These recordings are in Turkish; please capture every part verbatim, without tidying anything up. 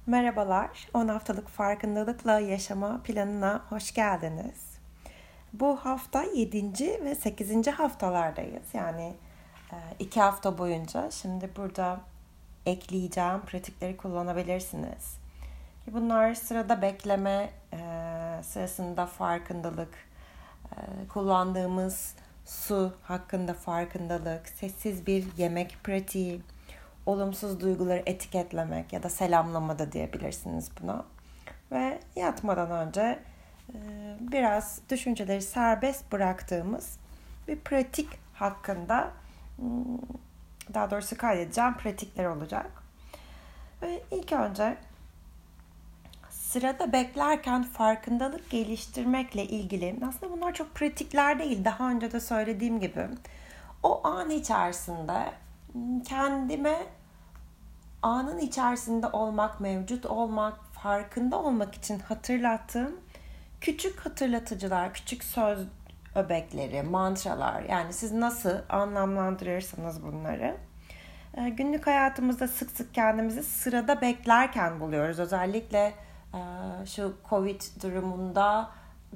Merhabalar, on haftalık farkındalıkla yaşama planına hoş geldiniz. Bu hafta yedinci ve sekizinci haftalardayız. Yani iki hafta boyunca şimdi burada ekleyeceğim pratikleri kullanabilirsiniz. Bunlar sırada bekleme sırasında farkındalık, kullandığımız su hakkında farkındalık, sessiz bir yemek pratiği, olumsuz duyguları etiketlemek ya da selamlama da diyebilirsiniz buna. Ve yatmadan önce biraz düşünceleri serbest bıraktığımız bir pratik hakkında, daha doğrusu kaydedeceğim pratikler olacak. Ve ilk önce sırada beklerken farkındalık geliştirmekle ilgili, aslında bunlar çok pratikler değil, daha önce de söylediğim gibi o an içerisinde kendime anın içerisinde olmak, mevcut olmak, farkında olmak için hatırlattığım küçük hatırlatıcılar, küçük söz öbekleri, mantralar, yani siz nasıl anlamlandırırsanız bunları. Günlük hayatımızda sık sık kendimizi sırada beklerken buluyoruz. Özellikle şu Covid durumunda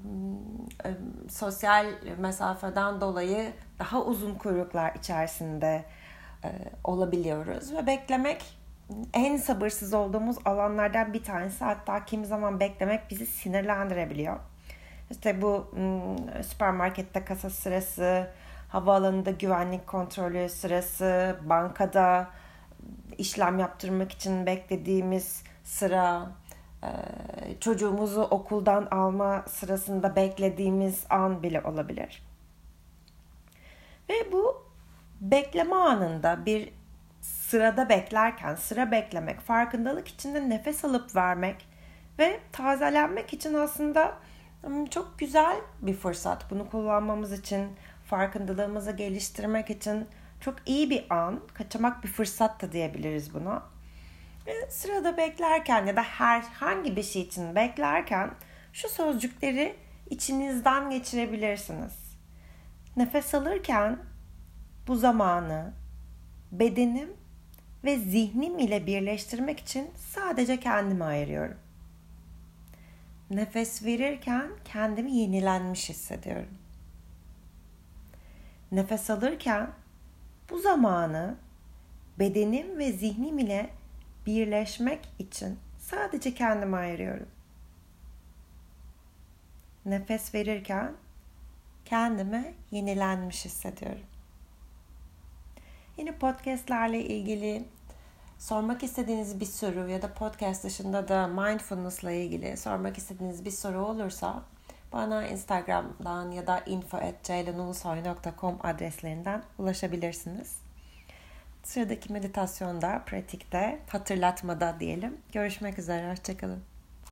sosyal mesafeden dolayı daha uzun kuyruklar içerisinde olabiliyoruz ve beklemek en sabırsız olduğumuz alanlardan bir tanesi. Hatta kimi zaman beklemek bizi sinirlendirebiliyor. İşte bu süpermarkette kasa sırası, havaalanında güvenlik kontrolü sırası, bankada işlem yaptırmak için beklediğimiz sıra, çocuğumuzu okuldan alma sırasında beklediğimiz an bile olabilir. Ve bu bekleme anında bir sırada beklerken, sıra beklemek, farkındalık içinde nefes alıp vermek ve tazelenmek için aslında çok güzel bir fırsat. Bunu kullanmamız için, farkındalığımızı geliştirmek için çok iyi bir an, kaçamak bir fırsat da diyebiliriz buna. Ve sırada beklerken ya da herhangi bir şey için beklerken şu sözcükleri içinizden geçirebilirsiniz. Nefes alırken bu zamanı bedenim ve zihnim ile birleştirmek için sadece kendime ayırıyorum. Nefes verirken kendimi yenilenmiş hissediyorum. Nefes alırken bu zamanı bedenim ve zihnim ile birleşmek için sadece kendime ayırıyorum. Nefes verirken kendimi yenilenmiş hissediyorum. Yine podcastlerle ilgili sormak istediğiniz bir soru ya da podcast dışında da mindfulness'la ilgili sormak istediğiniz bir soru olursa bana Instagram'dan ya da info at ceylanulusoy nokta com adreslerinden ulaşabilirsiniz. Sıradaki meditasyonda, pratikte, hatırlatmada diyelim. Görüşmek üzere, hoşçakalın.